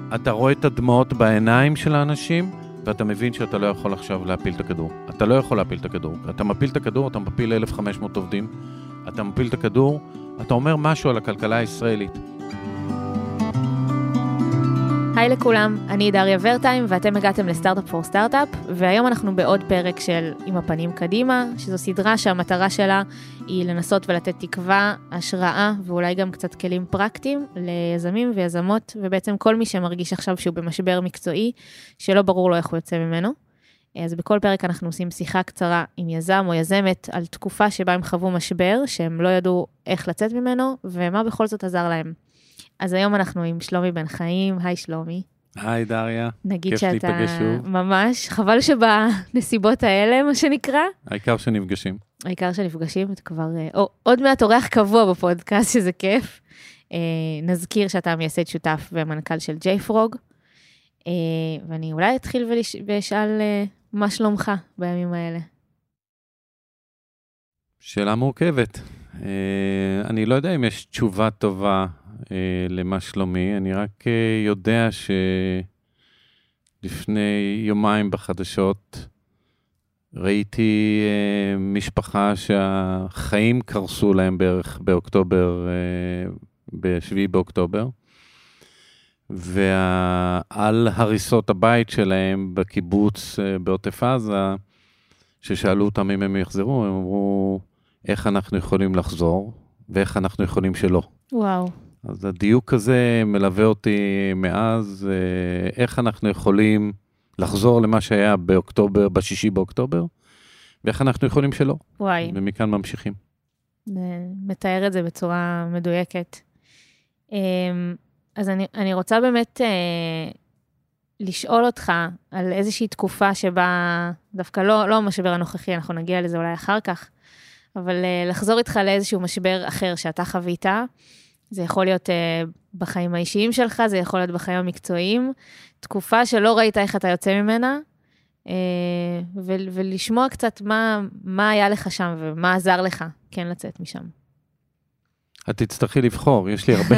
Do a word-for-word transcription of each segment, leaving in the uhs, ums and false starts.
אתה רואה את הדמעות בעיניים של האנשים, ואתה מבין שאתה לא יכול עכשיו להפיל את הכדור. אתה לא יכול להפיל את הכדור. אתה מפיל את הכדור, אתה מפיל אלף וחמש מאות עובדים, אתה מפיל את הכדור, אתה אומר משהו על הכלכלה הישראלית. היי לכולם, אני דריה ורטיים, ואתם הגעתם לסטארט-אפ פור סטארט-אפ, והיום אנחנו בעוד פרק של עם הפנים קדימה, שזו סדרה שהמטרה שלה היא לנסות ולתת תקווה, השראה, ואולי גם קצת כלים פרקטיים ליזמים ויזמות, ובעצם כל מי שמרגיש עכשיו שהוא במשבר מקצועי, שלא ברור לו איך הוא יוצא ממנו. אז בכל פרק אנחנו עושים שיחה קצרה עם יזם או יזמת על תקופה שבה הם חוו משבר, שהם לא ידעו איך לצאת ממנו, ומה בכל זאת עזר להם. אז היום אנחנו עם שלומי בן חיים. היי שלומי. היי דריה. נגיד כיף שאתה להיפגש שוב. ממש, חבל שבנסיבות האלה, מה שנקרא. העיקר שנפגשים. העיקר שנפגשים, אתה כבר, או, עוד מעט אורח קבוע בפודקאסט, שזה כיף. אה, נזכיר שאתה מייסד שותף ומנכ"ל של ג'יי-פרוג, אה, ואני אולי אתחיל ולש... ואשאל אה, מה שלומך בימים האלה. שאלה מורכבת. אה, אני לא יודע אם יש תשובה טובה, למה שלומי, אני רק יודע שלפני יומיים בחדשות ראיתי משפחה שהחיים קרסו להם בערך באוקטובר, בשביעי באוקטובר, ועל הריסות הבית שלהם בקיבוץ בעוטף עזה, ששאלו אותם אם הם יחזרו, הם אמרו איך אנחנו יכולים לחזור, ואיך אנחנו יכולים שלא. וואו. אז הדיוק הזה מלווה אותי מאז, איך אנחנו יכולים לחזור למה שהיה באוקטובר, בשישי באוקטובר, ואיך אנחנו יכולים שלא. וואי. ומכאן ממשיכים. מתאר את זה בצורה מדויקת. אז אני, אני רוצה באמת לשאול אותך על איזושהי תקופה שבה, דווקא לא, לא המשבר הנוכחי, אנחנו נגיע לזה אולי אחר כך, אבל לחזור איתך לאיזשהו משבר אחר שאתה חווית, זה יכול להיות uh, בחיים האישיים שלך, זה יכול להיות בחיים המקצועיים, תקופה שלא ראית איך אתה יוצא ממנה, uh, ו- ולשמוע קצת מה, מה היה לך שם, ומה עזר לך כן לצאת משם. את תצטרכי לבחור, יש לי הרבה.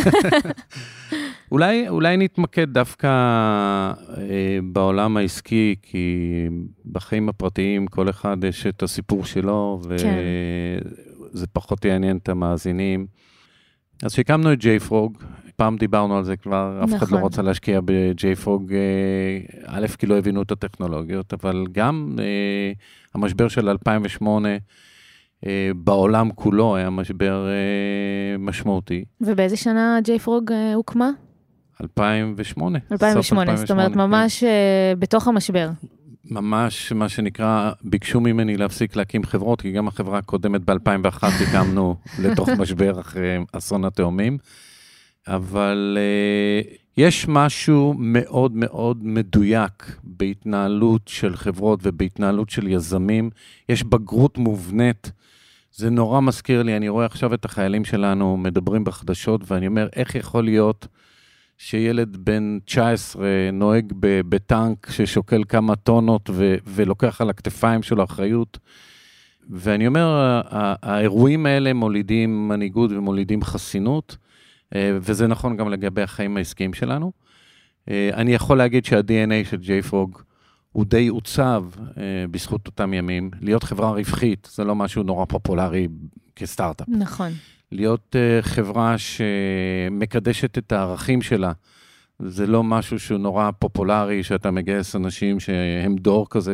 אולי, אולי נתמקד דווקא אה, בעולם העסקי, כי בחיים הפרטיים כל אחד יש את הסיפור שלו, וזה כן. פחות יעניין את המאזינים. אז שהקמנו את ג'יי-פרוג, פעם דיברנו על זה כבר, אף אחד לא רוצה להשקיע בג'יי-פרוג, א', כי לא הבינו את הטכנולוגיות, אבל גם אה, המשבר של אלפיים ושמונה, אה, בעולם כולו היה משבר אה, משמעותי. ובאיזה שנה ג'יי-פרוג אה, הוקמה? אלפיים ושמונה. אלפיים ושמונה, זאת אומרת ממש כן. אה, בתוך המשבר. ממש מה שנקרא, ביקשו ממני להפסיק להקים חברות, כי גם החברה הקודמת ב-אלפיים ואחת הקמנו לתוך משבר אחרי אסון התאומים, אבל uh, יש משהו מאוד מאוד מדויק בהתנהלות של חברות ובהתנהלות של יזמים, יש בגרות מובנית, זה נורא מזכיר לי, אני רואה עכשיו את החיילים שלנו מדברים בחדשות, ואני אומר, איך יכול להיות שילד בן תשע עשרה נוהג בטנק ששוקל כמה טונות ו- ולוקח על הכתפיים שלו אחריות. ואני אומר, האירועים האלה מולידים מנהיגות ומולידים חסינות, וזה נכון גם לגבי החיים העסקיים שלנו. אני יכול להגיד שה-די אן איי של ג'יי-פרוג הוא די עוצב בזכות אותם ימים. להיות חברה רווחית, זה לא משהו נורא פופולרי כסטארט-אפ. נכון. להיות uh, חברה שמקדשת את הערכים שלה, זה לא משהו שהוא נורא פופולרי, שאתה מגייס אנשים שהם דור כזה,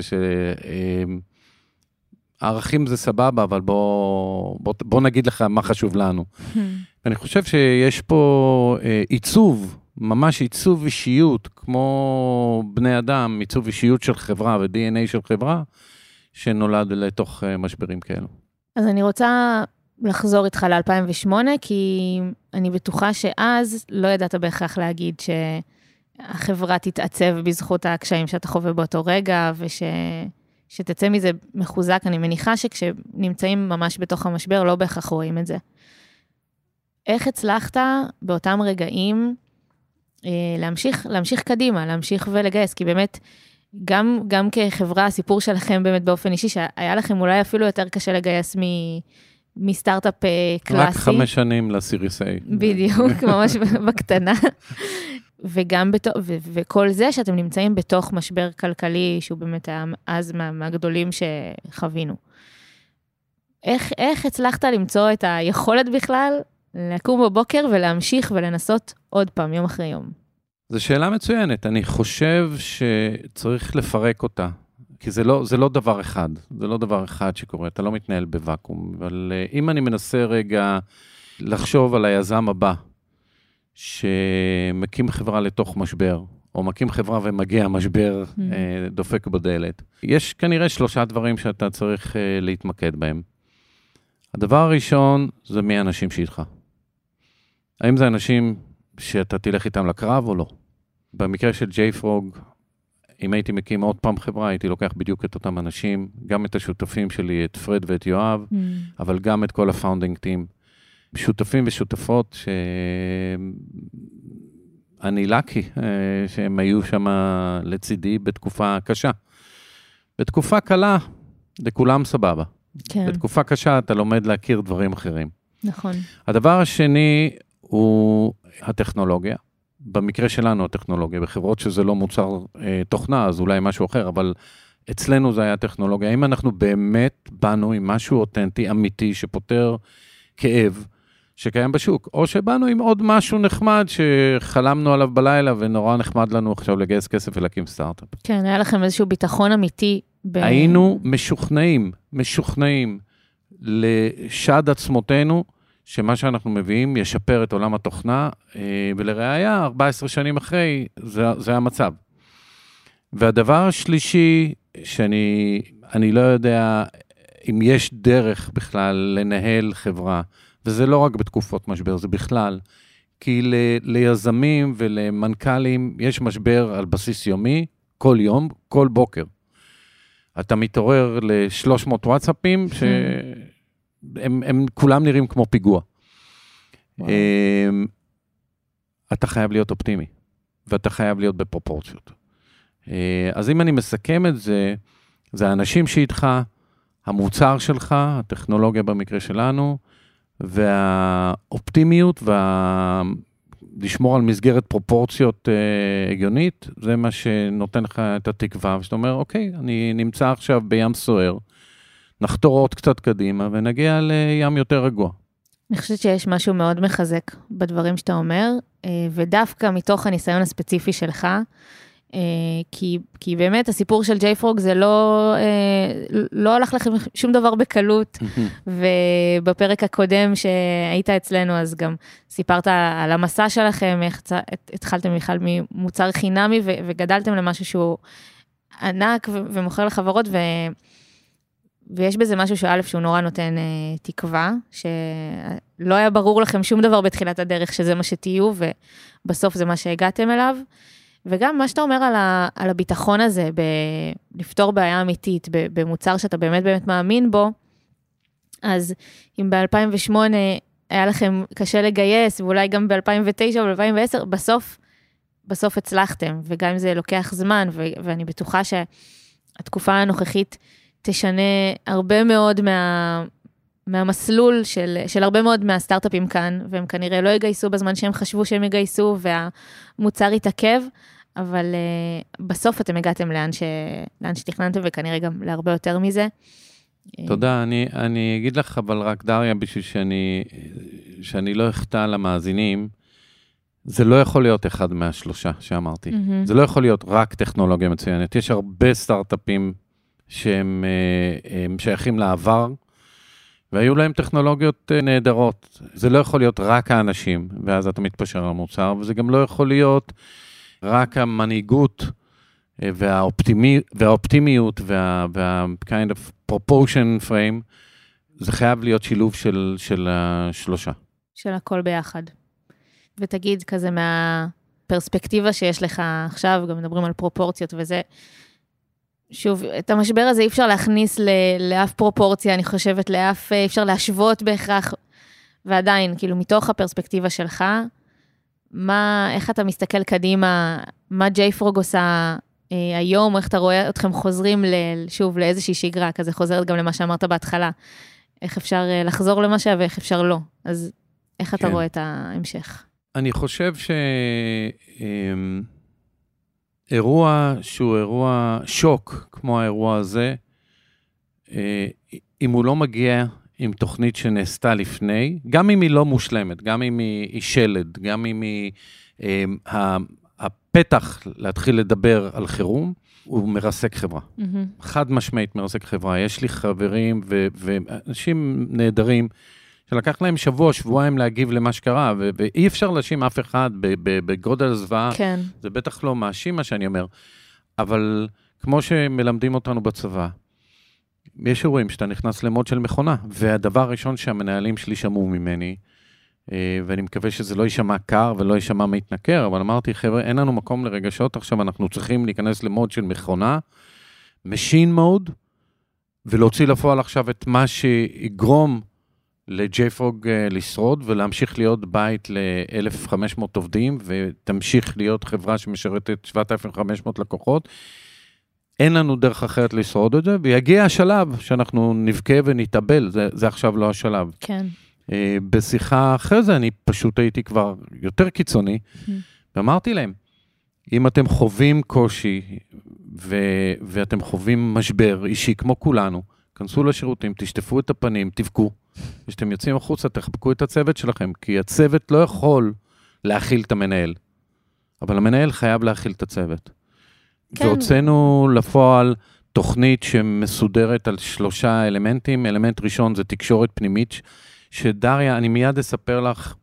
שהערכים זה סבבה, אבל בוא, בוא, בוא נגיד לך מה חשוב לנו. אני חושב שיש פה uh, עיצוב, ממש עיצוב אישיות, כמו בני אדם, עיצוב אישיות של חברה ו-די אן איי של חברה, שנולד לתוך uh, משברים כאלו. אז אני רוצה לחזור איתך ל-אלפיים ושמונה, כי אני בטוחה שאז לא ידעת בהכרח להגיד שהחברה תתעצב בזכות הקשיים שאתה חווה באותו רגע, ושתצא מזה מחוזק. אני מניחה שכשנמצאים ממש בתוך המשבר, לא בהכרח רואים את זה. איך הצלחת באותם רגעים להמשיך, להמשיך קדימה, להמשיך ולגייס? כי באמת, גם, גם כחברה, הסיפור שלכם באמת באופן אישי, שהיה לכם אולי אפילו יותר קשה לגייס מ... מסטארט-אפ קלאסי. רק חמש שנים לסיריס איי. בדיוק, ממש בקטנה. וגם בתוך, ו- וכל זה שאתם נמצאים בתוך משבר כלכלי, שהוא באמת היה אז מה, מהגדולים שחווינו. איך, איך הצלחת למצוא את היכולת בכלל לקום בבוקר ולהמשיך ולנסות עוד פעם, יום אחרי יום? זו שאלה מצוינת. אני חושב שצריך לפרק אותה, כי זה לא, זה לא דבר אחד. זה לא דבר אחד שקורה, אתה לא מתנהל בוואקום. אבל אם אני מנסה רגע לחשוב על היזם הבא, שמקים חברה לתוך משבר, או מקים חברה ומגיע משבר mm. דופק בדלת. יש כנראה שלושה דברים שאתה צריך להתמקד בהם. הדבר הראשון זה מי האנשים שאיתך. האם זה אנשים שאתה תלך איתם לקרב או לא? במקרה של JFrog, אם הייתי מקים עוד פעם חברה, הייתי לוקח בדיוק את אותם אנשים, גם את השותפים שלי, את פרד ואת יואב, mm. אבל גם את כל הפאונדינג טים. שותפים ושותפות שאני לקי, שהם היו שם לצידי בתקופה קשה. בתקופה קלה, לכולם סבבה. כן. בתקופה קשה אתה לומד להכיר דברים אחרים. נכון. הדבר השני הוא הטכנולוגיה. במקרה שלנו הטכנולוגיה, בחברות שזה לא מוצר אה, תוכנה, אז אולי משהו אחר, אבל אצלנו זה היה טכנולוגיה. אם אנחנו באמת באנו עם משהו אותנטי, אמיתי, שפותר כאב, שקיים בשוק, או שבאנו עם עוד משהו נחמד שחלמנו עליו בלילה, ונורא נחמד לנו עכשיו לגייס כסף ולהקים סטארט-אפ. כן, היה לכם איזשהו ביטחון אמיתי. ב... היינו משוכנעים, משוכנעים לשד עצמותינו, שמה שאנחנו מביאים ישפר את עולם התוכנה, ולראיה, ארבע עשרה שנים אחרי, זה, זה המצב. והדבר השלישי, שאני אני לא יודע אם יש דרך בכלל לנהל חברה, וזה לא רק בתקופות משבר, זה בכלל, כי ל, ליזמים ולמנכ"לים יש משבר על בסיס יומי, כל יום, כל בוקר. אתה מתעורר ל-שלוש מאות וואטסאפים, שהם הם כולם נראים כמו פיגוע. וואו. אתה חייב להיות אופטימי, ואתה חייב להיות בפרופורציות. אז אם אני מסכם את זה, זה האנשים שאיתך, המוצר שלך, הטכנולוגיה במקרה שלנו, והאופטימיות, ולשמור על מסגרת פרופורציות הגיונית, זה מה שנותן לך את התקווה, ושאתה אומר, אוקיי, אני נמצא עכשיו בים סוער, נחתור עוד קצת קדימה, ונגיע לים יותר רגוע. אני חושבת שיש משהו מאוד מחזק בדברים שאתה אומר, ודווקא מתוך הניסיון הספציפי שלך, כי, כי באמת הסיפור של JFrog זה לא, לא הלך לכם שום דבר בקלות, ובפרק הקודם שהיית אצלנו, אז גם סיפרת על המסע שלכם, איך התחלתם בכלל ממוצר חינמי, וגדלתם למשהו שהוא ענק ומוכר לחברות, ו... ויש בזה משהו שא' שהוא נורא נותן אה, תקווה, שלא היה ברור לכם שום דבר בתחילת הדרך שזה מה שתהיו, ובסוף זה מה שהגעתם אליו. וגם מה שאתה אומר על, ה, על הביטחון הזה, לפתור בעיה אמיתית, במוצר שאתה באמת באמת מאמין בו, אז אם ב-אלפיים ושמונה היה לכם קשה לגייס, ואולי גם ב-אלפיים ותשע או ב-אלפיים ועשר, בסוף, בסוף הצלחתם, וגם אם זה לוקח זמן, ו- ואני בטוחה שהתקופה הנוכחית, תשנה הרבה מאוד מה, מהמסלול של, של הרבה מאוד מהסטארט-אפים כאן, והם כנראה לא יגייסו בזמן שהם חשבו שהם יגייסו, והמוצר יתעכב, אבל uh, בסוף אתם הגעתם לאן, ש, לאן שתכננתם, וכנראה גם להרבה יותר מזה. תודה, אני, אני אגיד לך, אבל רק דריה, בשביל שאני, שאני לא אחטא למאזינים, זה לא יכול להיות אחד מהשלושה שאמרתי. Mm-hmm. זה לא יכול להיות רק טכנולוגיה מצוינת. יש הרבה סטארט-אפים, שהם הם שייכים לעבר, והיו להם טכנולוגיות נהדרות. זה לא יכול להיות רק האנשים, ואז אתה מתפשר על המוצר, וזה גם לא יכול להיות רק המנהיגות, והאופטימי, והאופטימיות, וה, וה kind of proportion frame, זה חייב להיות שילוב של, של השלושה. של הכל ביחד. ותגיד כזה מהפרספקטיבה שיש לך עכשיו, גם מדברים על פרופורציות וזה, שוב, את המשבר הזה אי אפשר להכניס לאף פרופורציה, אני חושבת, לאף, אי אפשר להשוות בהכרח, ועדיין, כאילו, מתוך הפרספקטיבה שלך, מה, איך אתה מסתכל קדימה, מה JFrog עושה אה, היום, איך אתה רואה אתכם חוזרים, ל, שוב, לאיזושהי שגרה, כזה חוזרת גם למה שאמרת בהתחלה, איך אפשר לחזור למה שהיה ואיך אפשר לא, אז איך אתה כן. רואה את ההמשך? אני חושב שאירוע שהוא אירוע שוק, כמו האירוע הזה, אם הוא לא מגיע עם תוכנית שנעשתה לפני, גם אם היא לא מושלמת, גם אם היא שלד, גם אם היא הפתח להתחיל לדבר על חירום, הוא מרסק חברה. Mm-hmm. חד משמעית מרסק חברה. יש לי חברים ו- ואנשים נהדרים, שלקח להם שבוע, שבועיים להגיב למה שקרה, ו- ואי אפשר להאשים אף אחד בגודל הזוועה. כן. זה בטח לא מאשים מה שאני אומר, אבל כמו שמלמדים אותנו בצבא, יש אירועים שאתה נכנס למוד של מכונה, והדבר הראשון שהמנהלים שלי שמעו ממני, ואני מקווה שזה לא יישמע קר ולא יישמע מתנכר, אבל אמרתי, חבר'ה, אין לנו מקום לרגשות, עכשיו אנחנו צריכים להיכנס למוד של מכונה, machine mode, ולהוציא לפועל עכשיו את מה שיגרום לג'ייפרוג לשרוד, ולהמשיך להיות בית ל-אלף וחמש מאות עובדים, ותמשיך להיות חברה שמשרתת שבעת אלפים וחמש מאות לקוחות. אין לנו דרך אחרת לשרוד את זה, ויגיע השלב שאנחנו נבכה ונתאבל, זה, זה עכשיו לא השלב. כן. בשיחה אחרי זה, אני פשוט הייתי כבר יותר קיצוני, ואמרתי להם, אם אתם חווים קושי, ו- ואתם חווים משבר אישי כמו כולנו, כנסו לשירותים, תשטפו את הפנים, תבכו, ושאתם יוצאים החוצה, תחבקו את הצוות שלכם, כי הצוות לא יכול להכיל את המנהל, אבל המנהל חייב להכיל את הצוות. כן. והוצאנו לפועל תוכנית שמסודרת על שלושה אלמנטים, אלמנט ראשון זה תקשורת פנימית, שדריה, אני מיד אספר לך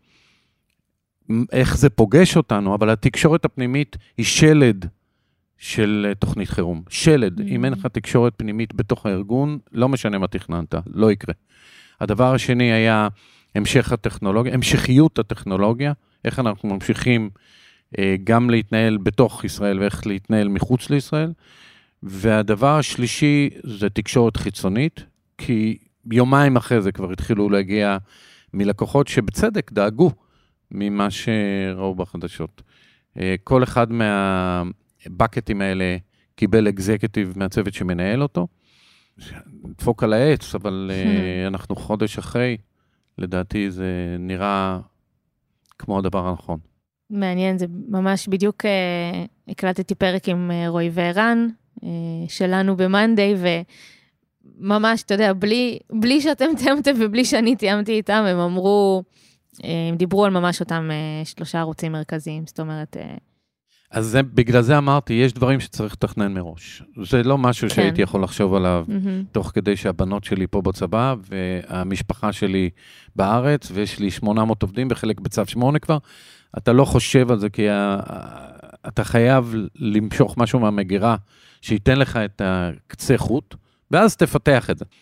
איך זה פוגש אותנו, אבל התקשורת הפנימית היא שלד של תוכנית חירום. שלד, mm-hmm. אם אין לך תקשורת פנימית בתוך הארגון, לא משנה מה תכננת, לא יקרה. הדבר השני היה המשך הטכנולוגיה, המשכיות הטכנולוגיה, איך אנחנו ממשיכים אה, גם להתנהל בתוך ישראל ואיך להתנהל מחוץ לישראל, והדבר השלישי זה תקשורת חיצונית, כי יומיים אחרי זה כבר התחילו להגיע מלקוחות שבצדק דאגו ממה שראו בחדשות. כל אחד מהבקטים האלה קיבל אקזקטיב מהצוות שמנהל אותו. דפוק על העץ, אבל אנחנו חודש אחרי, לדעתי זה נראה כמו הדבר הנכון. מעניין, זה ממש בדיוק הקלטתי פרק עם רועי וערן, שלנו במנדי, ו... ממש, אתה יודע, בלי, בלי שאתם תיאמתם ובלי שאני תיאמתי איתם, הם אמרו, הם דיברו על ממש אותם שלושה ערוצים מרכזיים, זאת אומרת... אז זה, בגלל זה אמרתי, יש דברים שצריך לתכנן מראש. זה לא משהו כן. שהייתי יכול לחשוב עליו, mm-hmm. תוך כדי שהבנות שלי פה בצבא, והמשפחה שלי בארץ, ויש לי שמונה מאות עובדים, בחלק בצו שמונה כבר, אתה לא חושב על זה, כי אתה חייב למשוך משהו מהמגירה, שייתן לך את הקצה חוט, ואז תפתח את זה.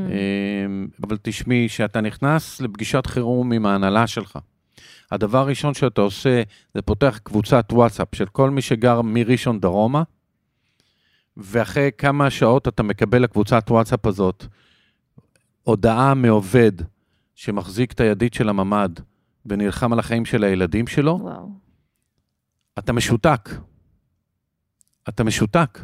אבל תשמעי, שאתה נכנס לפגישת חירום עם ההנהלה שלך, הדבר הראשון שאתה עושה, זה פותח קבוצת וואטסאפ של כל מי שגר מראשון דרומה, ואחרי כמה שעות אתה מקבל לקבוצת וואטסאפ הזאת, הודעה מעובד שמחזיק את הידית של הממד, ונלחם על החיים של הילדים שלו, וואו. אתה משותק. אתה משותק.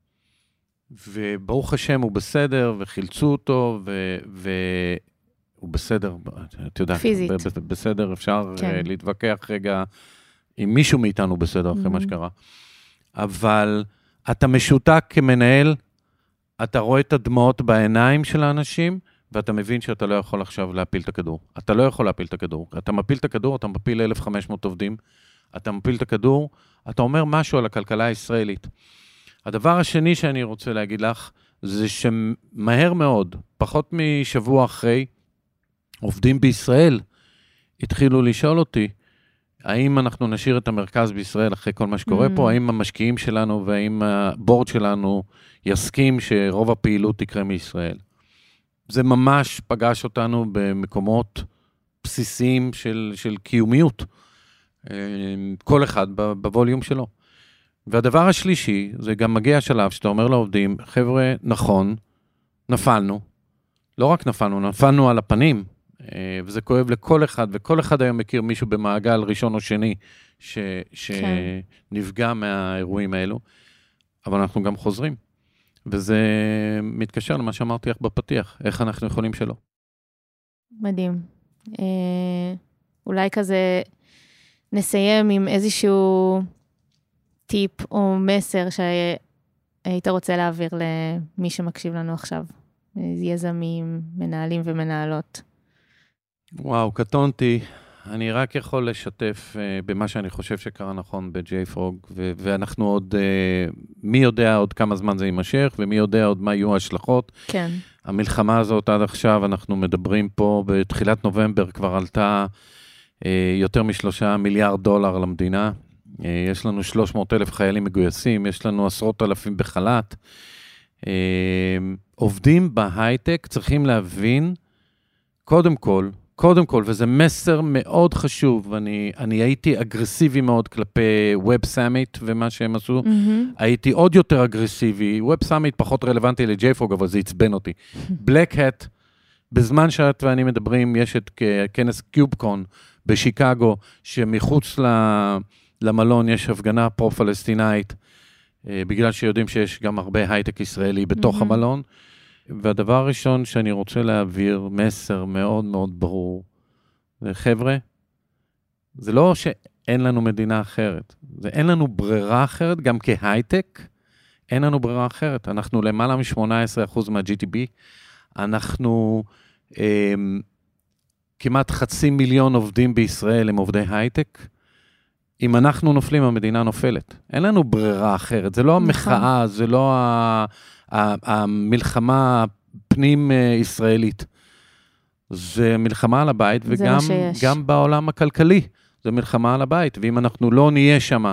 וברוך השם הוא בסדר, וחילצו אותו, והוא בסדר, את יודעת, פיזית. בסדר, אפשר כן. להתווכח רגע, אם מישהו מאיתנו בסדר אחרי mm-hmm. מה שקרה. אבל אתה משותק כמנהל, אתה רואה את הדמעות בעיניים של האנשים, ואתה מבין שאתה לא יכול עכשיו להפיל את הכדור. אתה לא יכול להפיל את הכדור. אתה מפיל את הכדור, אתה מפיל אלף וחמש מאות עובדים, אתה מפיל את הכדור, אתה אומר משהו על הכלכלה הישראלית. הדבר השני שאני רוצה להגיד לך, זה שמהר מאוד, פחות משבוע אחרי, עובדים בישראל התחילו לשאול אותי, האם אנחנו נשאיר את המרכז בישראל אחרי כל מה שקורה mm. פה, האם המשקיעים שלנו והאם הבורד שלנו יסכים שרוב הפעילות תקרה מישראל. זה ממש פגש אותנו במקומות בסיסיים של, של קיומיות, כל אחד בווליום שלו. והדבר השלישי, זה גם מגיע השלב שאתה אומר לעובדים, חבר'ה, נכון, נפלנו, לא רק נפלנו, נפלנו על הפנים, וזה כואב לכל אחד, וכל אחד היום מכיר מישהו במעגל ראשון או שני, ש, שנפגע כן. מהאירועים האלו, אבל אנחנו גם חוזרים. וזה מתקשר למה שאמרתי לך בפתיח, איך אנחנו יכולים שלא. מדהים. אה, אולי כזה נסיים עם איזשהו טיפ או מסר שהיית רוצה להעביר למי שמקשיב לנו עכשיו. יזמים, מנהלים ומנהלות. וואו, קטונתי. אני רק יכול לשתף uh, במה שאני חושב שקרה נכון ב-ג'יי-פרוג, ו- ואנחנו עוד, uh, מי יודע עוד כמה זמן זה יימשך, ומי יודע עוד מה יהיו ההשלכות. כן. המלחמה הזאת עד עכשיו, אנחנו מדברים פה, בתחילת נובמבר כבר עלתה uh, יותר משלושה מיליארד דולר למדינה. Uh, יש לנו שלוש מאות אלף חיילים מגויסים, יש לנו עשרות אלפים בחל"ת. Uh, עובדים בהייטק צריכים להבין, קודם כל, קודם כל, וזה מסר מאוד חשוב, אני, אני הייתי אגרסיבי מאוד כלפי Web Summit ומה שהם עשו, mm-hmm. הייתי עוד יותר אגרסיבי, Web Summit פחות רלוונטי ל-ג'יי-פרוג, אבל זה עצבן אותי. Black Hat, בזמן שאת ואני מדברים, יש את כנס קיובקון בשיקגו, שמחוץ למלון יש הפגנה פרו-פלסטינאית, בגלל שיודעים שיש גם הרבה הייטק ישראלי בתוך mm-hmm. המלון, והדבר הראשון שאני רוצה להעביר, מסר מאוד מאוד ברור, זה חבר'ה, זה לא שאין לנו מדינה אחרת, זה אין לנו ברירה אחרת, גם כהייטק, אין לנו ברירה אחרת. אנחנו למעלה מ-שמונה עשרה אחוז מה-ג'י טי בי, אנחנו אה, כמעט חצי מיליון עובדים בישראל הם עובדי הייטק, אם אנחנו נופלים, המדינה נופלת. אין לנו ברירה אחרת, זה לא המחאה, זה לא ה... המלחמה פנים ישראלית, זה מלחמה על הבית, וגם גם בעולם הכלכלי, זה מלחמה על הבית, ואם אנחנו לא נהיה שם,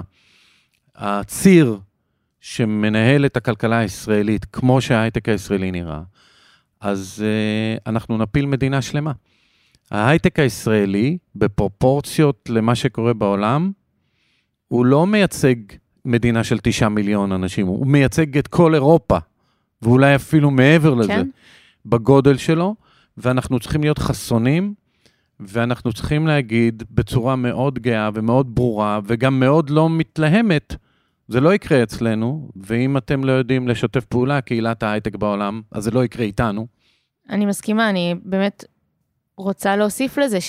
הציר שמנהל את הכלכלה הישראלית, כמו שההייטק הישראלי נראה, אז אנחנו נפיל מדינה שלמה. ההייטק הישראלי, בפרופורציות למה שקורה בעולם, הוא לא מייצג מדינה של תשעה מיליון אנשים, הוא מייצג את כל אירופה, ואולי אפילו מעבר לזה, כן. בגודל שלו, ואנחנו צריכים להיות חסונים, ואנחנו צריכים להגיד בצורה מאוד גאה ומאוד ברורה, וגם מאוד לא מתלהמת, זה לא יקרה אצלנו, ואם אתם לא יודעים לשתף פעולה, קהילת ההייטק בעולם, אז זה לא יקרה איתנו. אני מסכימה, אני באמת רוצה להוסיף לזה,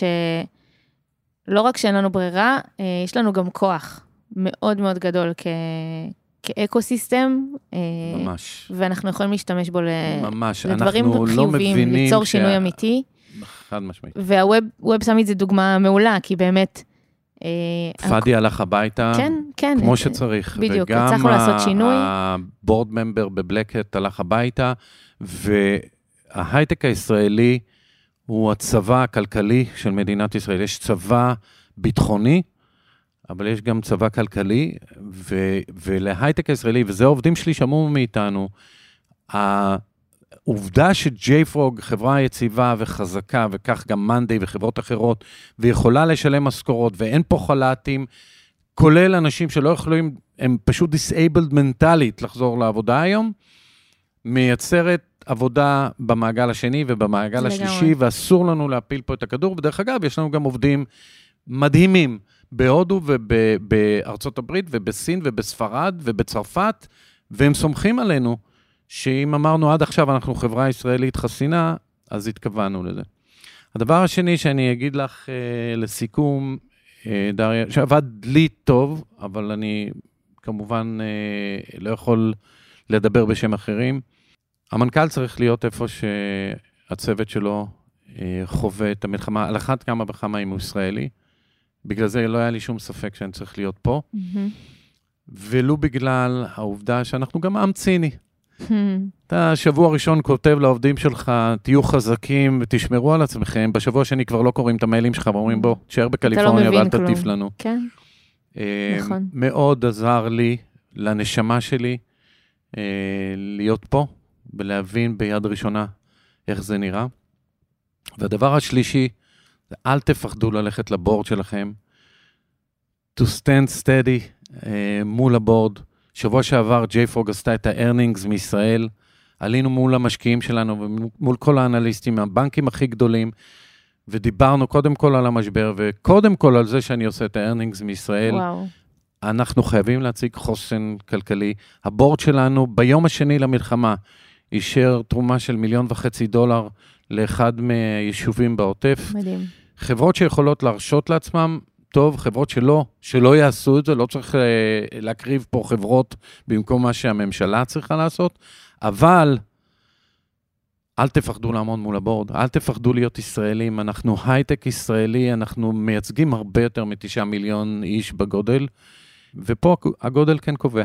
שלא רק שאין לנו ברירה, יש לנו גם כוח מאוד מאוד גדול כ... כאקוסיסטם, ממש. ואנחנו יכולים להשתמש בו ממש. לדברים חיוביים, לא ליצור שינוי ש... אמיתי. חד משמעית. והווב סאמיט זה דוגמה מעולה, כי באמת... פאדי הלך הביתה, כן, כן. כמו שצריך. בדיוק, הצלחנו לעשות שינוי. וגם הבורד ממבר בבלקט הלך הביתה, וההייטק הישראלי הוא הצבא הכלכלי של מדינת ישראל. יש צבא ביטחוני, אבל יש גם צבא כלכלי, ו- ולהייטק הישראלי, וזה העובדים שלי שמעו מאיתנו, העובדה שג'יי-פרוג חברה יציבה וחזקה, וכך גם מנדי וחברות אחרות, ויכולה לשלם משכורות, ואין פה חל"תים, כולל אנשים שלא יכולים, הם פשוט disabled מנטלית לחזור לעבודה היום, מייצרת עבודה במעגל השני ובמעגל השלישי, ואסור לנו להפיל פה את הכדור, ודרך אגב, יש לנו גם עובדים מדהימים, בהודו ובארצות הברית ובסין ובספרד ובצרפת, והם סומכים עלינו שאם אמרנו עד עכשיו אנחנו חברה ישראלית חסינה, אז התכוונו לזה. הדבר השני שאני אגיד לך אה, לסיכום, אה, דריה, שעבד לי טוב, אבל אני כמובן אה, לא יכול לדבר בשם אחרים, המנכ"ל צריך להיות איפה שהצוות שלו אה, חווה את המלחמה, על אחת כמה וכמה אם הוא ישראלי, בגלל זה לא היה לי שום ספק שאני צריך להיות פה, mm-hmm. ולו בגלל העובדה שאנחנו גם עם ציני. Mm-hmm. אתה שבוע ראשון כותב לעובדים שלך, תהיו חזקים ותשמרו על עצמכם, בשבוע שני כבר לא קוראים את המיילים שלך, ואומרים בוא, תשאר בקליפורניה ואל תטיף לנו. כן, נכון. מאוד עזר לי, לנשמה שלי, להיות פה, ולהבין ביד ראשונה איך זה נראה. והדבר השלישי, אל תפחדו ללכת לבורד שלכם, to stand steady uh, מול הבורד. שבוע שעבר ג'יי-פרוג עשתה את ה-earnings מישראל, עלינו מול המשקיעים שלנו ומול כל האנליסטים, הבנקים הכי גדולים, ודיברנו קודם כל על המשבר, וקודם כל על זה שאני עושה את ה-earnings מישראל. וואו. אנחנו חייבים להציג חוסן כלכלי. הבורד שלנו ביום השני למלחמה, אישר תרומה של מיליון וחצי דולר לאחד מיישובים בעוטף. מדהים. חברות שיכולות להרשות לעצמם, טוב, חברות שלא, שלא יעשו את זה, לא צריך להקריב פה חברות במקום מה שהממשלה צריכה לעשות, אבל אל תפחדו לעמוד מול הבורד, אל תפחדו להיות ישראלים, אנחנו הייטק ישראלי, אנחנו מייצגים הרבה יותר מתשעה מיליון איש בגודל, ופה הגודל כן קובע.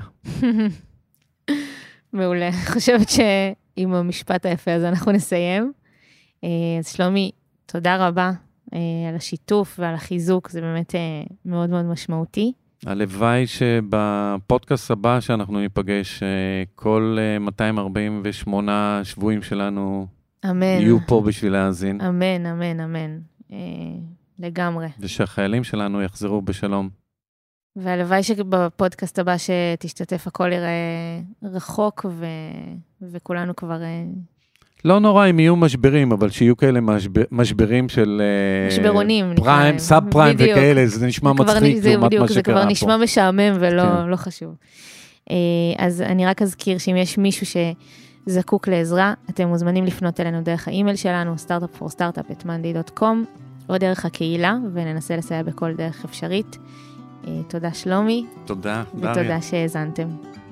מעולה, חושבת שעם המשפט היפה הזה אנחנו נסיים. אז שלומי, תודה רבה על השיתוף ועל החיזוק, זה באמת מאוד מאוד משמעותי. הלוואי שבפודקאסט הבא שאנחנו ניפגש, כל מאתיים ארבעים ושמונה שבועים שלנו אמן. יהיו פה בשביל להאזין. אמן, אמן, אמן. לגמרי. ושהחיילים שלנו יחזרו בשלום. והלוואי שבפודקאסט הבא שתשתתף הכל יראה רחוק, ו... וכולנו כבר... לא נורא אם יהיו משברים, אבל שיהיו כאלה משבר, משברים של... משברונים. פריים, סאב פריים בדיוק. וכאלה, זה נשמע זה מצחיק זה, לעומת בדיוק, מה שקרה פה. זה כבר נשמע משעמם ולא כן. לא חשוב. אז אני רק אזכיר שאם יש מישהו שזקוק לעזרה, אתם מוזמנים לפנות אלינו דרך האימייל שלנו, startup for startup at monday dot com, או דרך הקהילה, וננסה לסייע בכל דרך אפשרית. תודה שלומי. תודה, ותודה שהאזנתם.